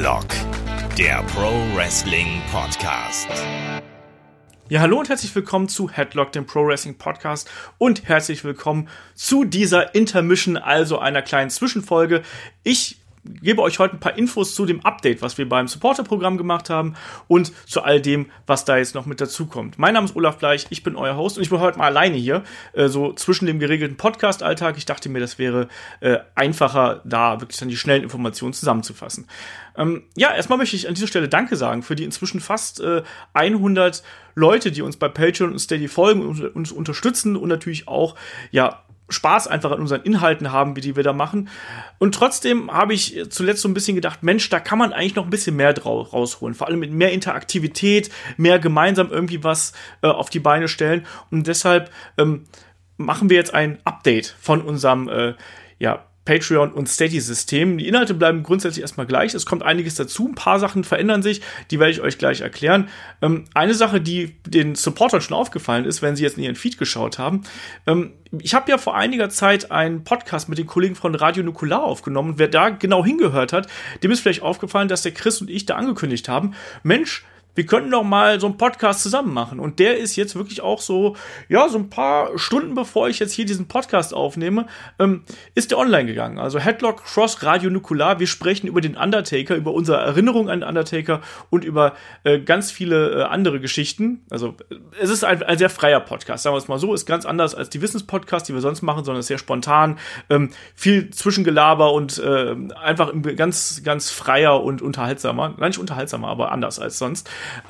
Headlock, der Pro Wrestling Podcast. Ja, hallo und herzlich willkommen zu Headlock, dem Pro Wrestling Podcast, und herzlich willkommen zu dieser Intermission, also einer kleinen Zwischenfolge. Ich gebe euch heute ein paar Infos zu dem Update, was wir beim Supporter-Programm gemacht haben, und zu all dem, was da jetzt noch mit dazukommt. Mein Name ist Olaf Bleich, ich bin euer Host und ich bin heute mal alleine hier, so zwischen dem geregelten Podcast-Alltag. Ich dachte mir, das wäre einfacher, da wirklich dann die schnellen Informationen zusammenzufassen. Erstmal möchte ich an dieser Stelle Danke sagen für die inzwischen fast 100 Leute, die uns bei Patreon und Steady folgen und uns unterstützen und natürlich auch, Spaß einfach an unseren Inhalten haben, wie die wir da machen. Und trotzdem habe ich zuletzt so ein bisschen gedacht, Mensch, da kann man eigentlich noch ein bisschen mehr rausholen. Vor allem mit mehr Interaktivität, mehr gemeinsam irgendwie was auf die Beine stellen. Und deshalb machen wir jetzt ein Update von unserem Patreon- und Steady-System. Die Inhalte bleiben grundsätzlich erstmal gleich. Es kommt einiges dazu. Ein paar Sachen verändern sich. Die werde ich euch gleich erklären. Eine Sache, die den Supportern schon aufgefallen ist, wenn sie jetzt in ihren Feed geschaut haben. Ich habe ja vor einiger Zeit einen Podcast mit den Kollegen von Radio Nukular aufgenommen. Wer da genau hingehört hat, dem ist vielleicht aufgefallen, dass der Chris und ich da angekündigt haben, Mensch, wir könnten doch mal so einen Podcast zusammen machen. Und der ist jetzt wirklich auch so ein paar Stunden bevor ich jetzt hier diesen Podcast aufnehme, ist der online gegangen. Also Headlock Cross Radio Nukular. Wir sprechen über den Undertaker, über unsere Erinnerung an den Undertaker und über ganz viele andere Geschichten. Also es ist ein sehr freier Podcast, sagen wir es mal so. Ist ganz anders als die Wissenspodcasts, die wir sonst machen, sondern ist sehr spontan. Viel Zwischengelaber und einfach ganz, ganz freier und unterhaltsamer. Nein, nicht unterhaltsamer, aber anders als sonst.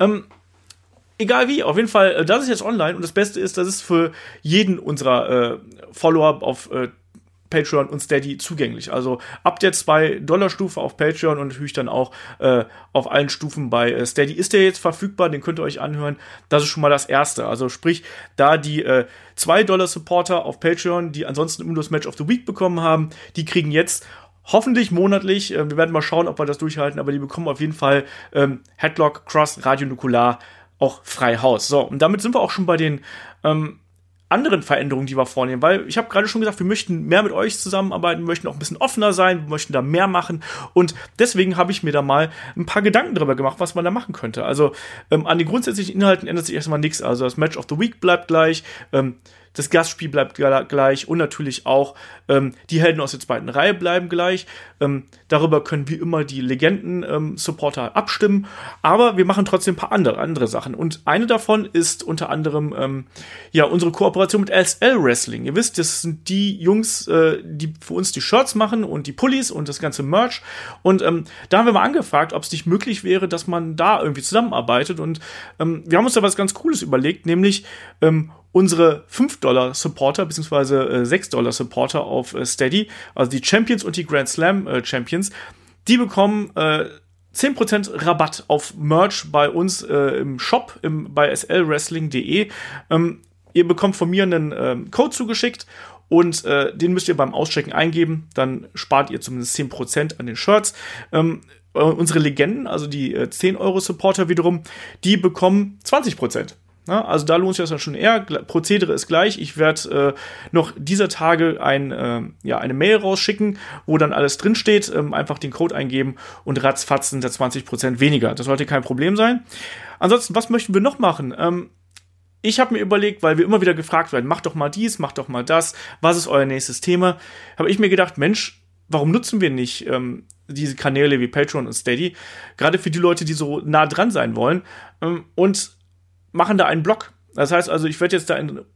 Egal wie, auf jeden Fall, das ist jetzt online, und das Beste ist, das ist für jeden unserer Follower auf Patreon und Steady zugänglich. Also ab der $2 Stufe auf Patreon und natürlich dann auch auf allen Stufen bei Steady ist der jetzt verfügbar, den könnt ihr euch anhören. Das ist schon mal das Erste. Also sprich, da die $2 Supporter auf Patreon, die ansonsten immer nur das Match of the Week bekommen haben, die kriegen jetzt hoffentlich monatlich, wir werden mal schauen, ob wir das durchhalten, aber die bekommen auf jeden Fall Headlock Cross Radio Nukular auch frei Haus. So, und damit sind wir auch schon bei den anderen Veränderungen, die wir vornehmen, weil ich habe gerade schon gesagt, wir möchten mehr mit euch zusammenarbeiten, wir möchten auch ein bisschen offener sein, wir möchten da mehr machen, und deswegen habe ich mir da mal ein paar Gedanken darüber gemacht, was man da machen könnte. Also an den grundsätzlichen Inhalten ändert sich erstmal nichts, also das Match of the Week bleibt gleich, das Gastspiel bleibt gleich und natürlich auch die Helden aus der zweiten Reihe bleiben gleich. Darüber können wie immer die Legenden-Supporter abstimmen, aber wir machen trotzdem ein paar andere Sachen. Und eine davon ist unter anderem unsere Kooperation mit LSL Wrestling. Ihr wisst, das sind die Jungs, die für uns die Shirts machen und die Pullis und das ganze Merch. Und da haben wir mal angefragt, ob es nicht möglich wäre, dass man da irgendwie zusammenarbeitet. Und wir haben uns da was ganz Cooles überlegt, nämlich unsere $5 Supporter bzw. $6 Supporter auf Steady, also die Champions und die Grand Slam Champions, die bekommen 10% Rabatt auf Merch bei uns im Shop bei slwrestling.de. Ihr bekommt von mir einen Code zugeschickt, und den müsst ihr beim Auschecken eingeben, dann spart ihr zumindest 10% an den Shirts. Unsere Legenden, also die 10€ Supporter wiederum, die bekommen 20%. Na, also da lohnt sich das dann schon eher. Prozedere ist gleich. Ich werde noch dieser Tage eine Mail rausschicken, wo dann alles drinsteht. Einfach den Code eingeben und ratzfatz sind da 20% weniger. Das sollte kein Problem sein. Ansonsten, was möchten wir noch machen? Ich habe mir überlegt, weil wir immer wieder gefragt werden, macht doch mal dies, macht doch mal das. Was ist euer nächstes Thema? Habe ich mir gedacht, Mensch, warum nutzen wir nicht diese Kanäle wie Patreon und Steady? Gerade für die Leute, die so nah dran sein wollen. Und machen da einen Blog. Das heißt also, ich werde jetzt da in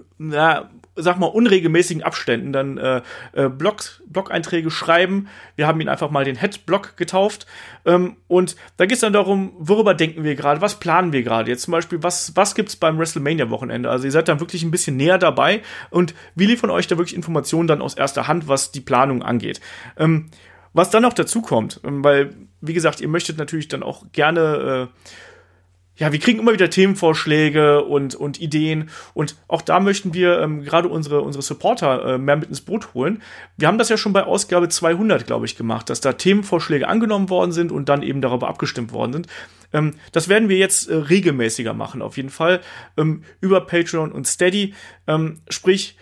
unregelmäßigen Abständen dann Blog-Einträge schreiben. Wir haben ihn einfach mal den Head-Blog getauft. Und da geht es dann darum, worüber denken wir gerade, was planen wir gerade. Jetzt zum Beispiel, was gibt's beim WrestleMania-Wochenende? Also ihr seid dann wirklich ein bisschen näher dabei, und wir liefern euch da wirklich Informationen dann aus erster Hand, was die Planung angeht. Was dann noch dazu kommt, weil, wie gesagt, ihr möchtet natürlich dann auch gerne wir kriegen immer wieder Themenvorschläge und Ideen, und auch da möchten wir gerade unsere Supporter mehr mit ins Boot holen. Wir haben das ja schon bei Ausgabe 200, glaube ich, gemacht, dass da Themenvorschläge angenommen worden sind und dann eben darüber abgestimmt worden sind. Das werden wir jetzt regelmäßiger machen, auf jeden Fall, über Patreon und Steady, sprich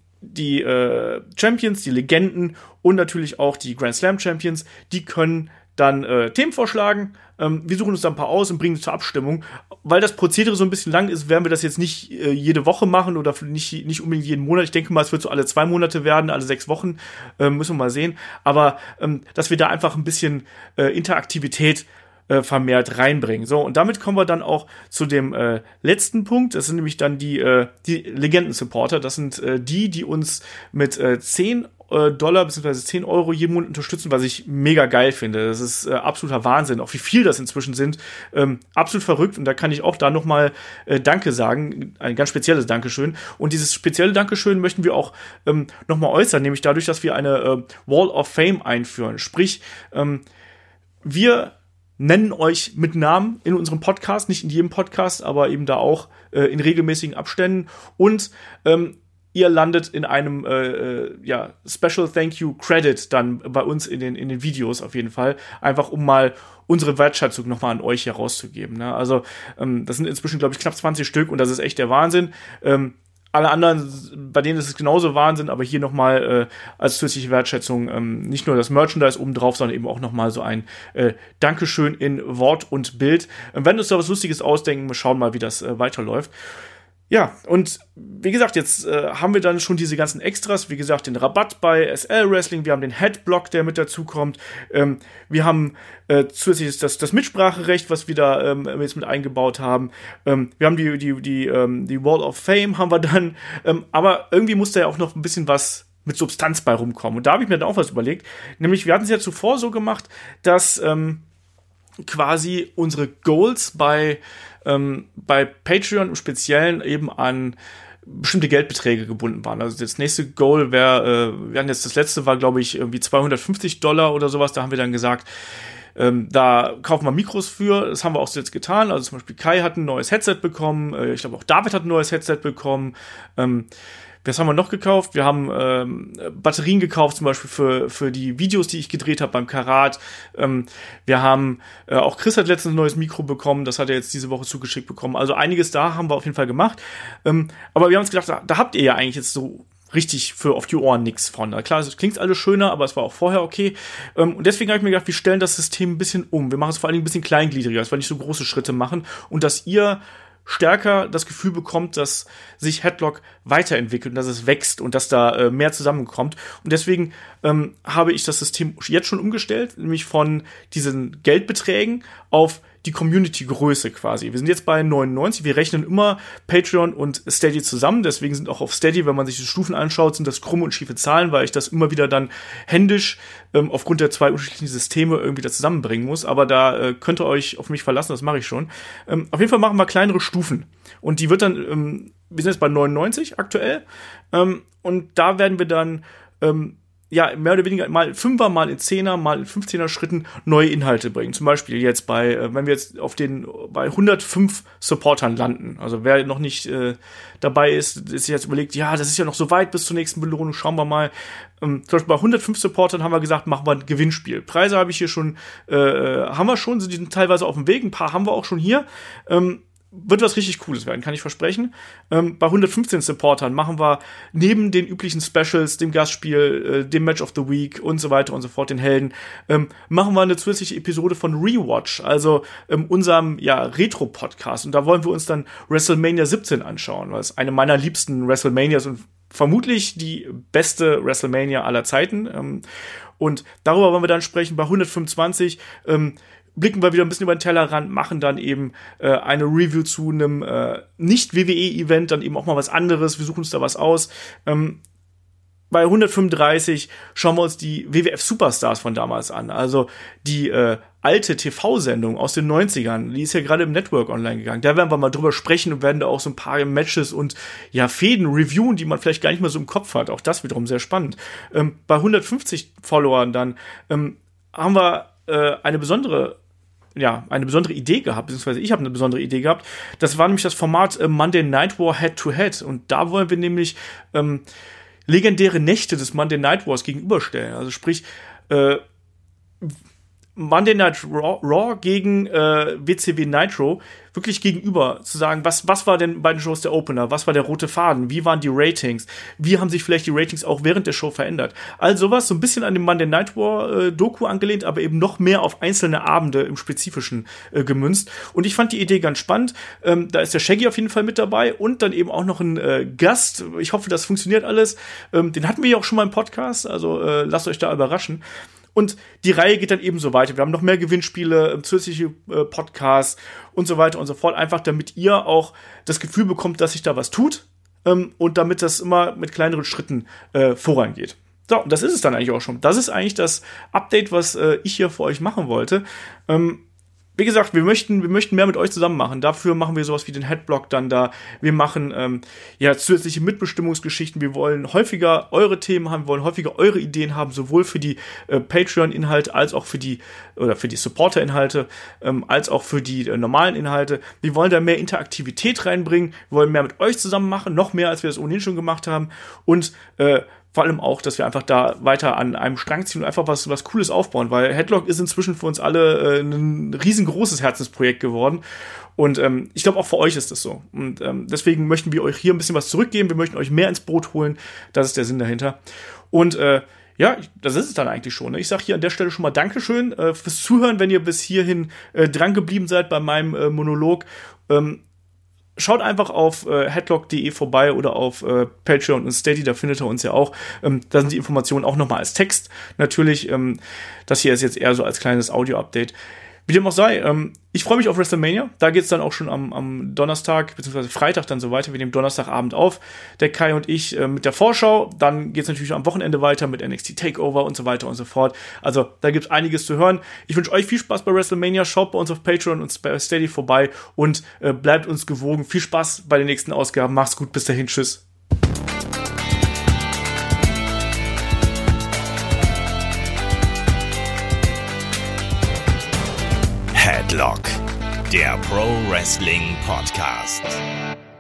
die Champions, die Legenden und natürlich auch die Grand Slam Champions, die können dann Themen vorschlagen. Wir suchen uns da ein paar aus und bringen sie zur Abstimmung. Weil das Prozedere so ein bisschen lang ist, werden wir das jetzt nicht jede Woche machen oder nicht unbedingt jeden Monat. Ich denke mal, es wird so alle 2 Monate werden, alle 6 Wochen. Müssen wir mal sehen. Aber dass wir da einfach ein bisschen Interaktivität vermehrt reinbringen. So, und damit kommen wir dann auch zu dem letzten Punkt. Das sind nämlich dann die Legenden-Supporter. Das sind die uns mit $10 bzw. 10 Euro jeden Monat unterstützen, was ich mega geil finde. Das ist absoluter Wahnsinn, auch wie viel das inzwischen sind. Absolut verrückt, und da kann ich auch da nochmal Danke sagen, ein ganz spezielles Dankeschön. Und dieses spezielle Dankeschön möchten wir auch nochmal äußern, nämlich dadurch, dass wir eine Wall of Fame einführen. Sprich, wir nennen euch mit Namen in unserem Podcast, nicht in jedem Podcast, aber eben da auch in regelmäßigen Abständen, und ihr landet in einem Special Thank You Credit dann bei uns in den Videos auf jeden Fall. Einfach um mal unsere Wertschätzung nochmal an euch herauszugeben. Ne? Also das sind inzwischen, glaube ich, knapp 20 Stück, und das ist echt der Wahnsinn. Alle anderen, bei denen ist es genauso Wahnsinn, aber hier nochmal als zusätzliche Wertschätzung nicht nur das Merchandise obendrauf, sondern eben auch nochmal so ein Dankeschön in Wort und Bild. Wenn uns da was Lustiges ausdenken, wir schauen mal, wie das weiterläuft. Ja, und wie gesagt, jetzt haben wir dann schon diese ganzen Extras, wie gesagt, den Rabatt bei SL Wrestling, wir haben den Headblock, der mit dazukommt, wir haben zusätzlich das Mitspracherecht, was wir da jetzt mit eingebaut haben, wir haben die Wall of Fame haben wir dann, aber irgendwie muss da ja auch noch ein bisschen was mit Substanz bei rumkommen, und da habe ich mir dann auch was überlegt, nämlich wir hatten es ja zuvor so gemacht, dass quasi unsere Goals bei Patreon im Speziellen eben an bestimmte Geldbeträge gebunden waren. Also das nächste Goal wäre, das letzte war, glaube ich, irgendwie $250 oder sowas. Da haben wir dann gesagt, da kaufen wir Mikros für. Das haben wir auch jetzt getan. Also zum Beispiel Kai hat ein neues Headset bekommen. Ich glaube auch David hat ein neues Headset bekommen. Was haben wir noch gekauft? Wir haben Batterien gekauft, zum Beispiel für die Videos, die ich gedreht habe beim Karat. Wir haben auch Chris hat letztens ein neues Mikro bekommen, das hat er jetzt diese Woche zugeschickt bekommen. Also einiges da haben wir auf jeden Fall gemacht. Aber wir haben uns gedacht, da habt ihr ja eigentlich jetzt so richtig für auf die Ohren nichts von. Na klar, es klingt alles schöner, aber es war auch vorher okay. Und deswegen habe ich mir gedacht, wir stellen das System ein bisschen um. Wir machen es vor allen Dingen ein bisschen kleingliedriger, dass wir nicht so große Schritte machen und dass ihr stärker das Gefühl bekommt, dass sich Headlock weiterentwickelt und dass es wächst und dass da mehr zusammenkommt. Und deswegen habe ich das System jetzt schon umgestellt, nämlich von diesen Geldbeträgen auf die Community-Größe quasi. Wir sind jetzt bei 99, wir rechnen immer Patreon und Steady zusammen, deswegen sind auch auf Steady, wenn man sich die Stufen anschaut, sind das krumme und schiefe Zahlen, weil ich das immer wieder dann händisch aufgrund der 2 unterschiedlichen Systeme irgendwie da zusammenbringen muss, aber da könnt ihr euch auf mich verlassen, das mache ich schon. Auf jeden Fall machen wir kleinere Stufen, und die wird dann, wir sind jetzt bei 99 aktuell, und da werden wir dann mehr oder weniger mal 5er, mal in 10er, mal in 15er Schritten neue Inhalte bringen. Zum Beispiel jetzt wenn wir jetzt bei 105 Supportern landen. Also wer noch nicht dabei ist jetzt überlegt, ja, das ist ja noch so weit bis zur nächsten Belohnung, schauen wir mal. Zum Beispiel bei 105 Supportern haben wir gesagt, machen wir ein Gewinnspiel. Preise habe ich hier schon, haben wir schon, die sind teilweise auf dem Weg, ein paar haben wir auch schon hier. Wird was richtig Cooles werden, kann ich versprechen. Bei 115 Supportern machen wir neben den üblichen Specials, dem Gastspiel, dem Match of the Week und so weiter und so fort, den Helden, machen wir eine zusätzliche Episode von Rewatch, also unserem Retro-Podcast. Und da wollen wir uns dann WrestleMania 17 anschauen, weil es eine meiner liebsten WrestleManias und vermutlich die beste WrestleMania aller Zeiten. Und darüber wollen wir dann sprechen. Bei 125 blicken wir wieder ein bisschen über den Tellerrand, machen dann eben eine Review zu einem Nicht-WWE-Event, dann eben auch mal was anderes, wir suchen uns da was aus. Bei 135 schauen wir uns die WWF Superstars von damals an, also die alte TV-Sendung aus den 90ern, die ist ja gerade im Network online gegangen, da werden wir mal drüber sprechen und werden da auch so ein paar Matches und Fäden reviewen, die man vielleicht gar nicht mehr so im Kopf hat, auch das wiederum sehr spannend. Bei 150 Followern dann haben wir eine besondere Idee gehabt, beziehungsweise ich habe eine besondere Idee gehabt. Das war nämlich das Format Monday Night War Head-to-Head. Und da wollen wir nämlich legendäre Nächte des Monday Night Wars gegenüberstellen. Also sprich, Monday Night Raw gegen WCW Nitro wirklich gegenüber zu sagen, was war denn bei den Shows der Opener, was war der rote Faden, wie waren die Ratings, wie haben sich vielleicht die Ratings auch während der Show verändert. All sowas, so ein bisschen an dem Monday Night War Doku angelehnt, aber eben noch mehr auf einzelne Abende im Spezifischen gemünzt. Und ich fand die Idee ganz spannend. Da ist der Shaggy auf jeden Fall mit dabei und dann eben auch noch ein Gast. Ich hoffe, das funktioniert alles. Den hatten wir ja auch schon mal im Podcast, also lasst euch da überraschen. Und die Reihe geht dann eben so weiter. Wir haben noch mehr Gewinnspiele, zusätzliche Podcasts und so weiter und so fort. Einfach damit ihr auch das Gefühl bekommt, dass sich da was tut und damit das immer mit kleineren Schritten vorangeht. So, und das ist es dann eigentlich auch schon. Das ist eigentlich das Update, was ich hier für euch machen wollte. Wie gesagt, wir möchten mehr mit euch zusammen machen. Dafür machen wir sowas wie den Headblock dann da. Wir machen zusätzliche Mitbestimmungsgeschichten. Wir wollen häufiger eure Themen haben, wir wollen häufiger eure Ideen haben, sowohl für die Patreon-Inhalte als auch für die Supporter-Inhalte, als auch für die normalen Inhalte. Wir wollen da mehr Interaktivität reinbringen. Wir wollen mehr mit euch zusammen machen, noch mehr, als wir das ohnehin schon gemacht haben. Und vor allem auch, dass wir einfach da weiter an einem Strang ziehen und einfach was Cooles aufbauen, weil Headlock ist inzwischen für uns alle ein riesengroßes Herzensprojekt geworden und ich glaube auch für euch ist das so und deswegen möchten wir euch hier ein bisschen was zurückgeben, wir möchten euch mehr ins Boot holen, das ist der Sinn dahinter und das ist es dann eigentlich schon. Ich sage hier an der Stelle schon mal Dankeschön fürs Zuhören, wenn ihr bis hierhin dran geblieben seid bei meinem Monolog. Schaut einfach auf headlock.de vorbei oder auf Patreon und Steady, da findet ihr uns ja auch. Da sind die Informationen auch nochmal als Text. Natürlich, das hier ist jetzt eher so als kleines Audio-Update. Wie dem auch sei, ich freue mich auf WrestleMania. Da geht's dann auch schon am Donnerstag, beziehungsweise Freitag dann so weiter. Wir nehmen Donnerstagabend auf, der Kai und ich mit der Vorschau. Dann geht's natürlich am Wochenende weiter mit NXT Takeover und so weiter und so fort. Also da gibt's einiges zu hören. Ich wünsche euch viel Spaß bei WrestleMania. Schaut bei uns auf Patreon und bei Steady vorbei und bleibt uns gewogen. Viel Spaß bei den nächsten Ausgaben. Macht's gut, bis dahin, tschüss. Headlock, der Pro Wrestling Podcast.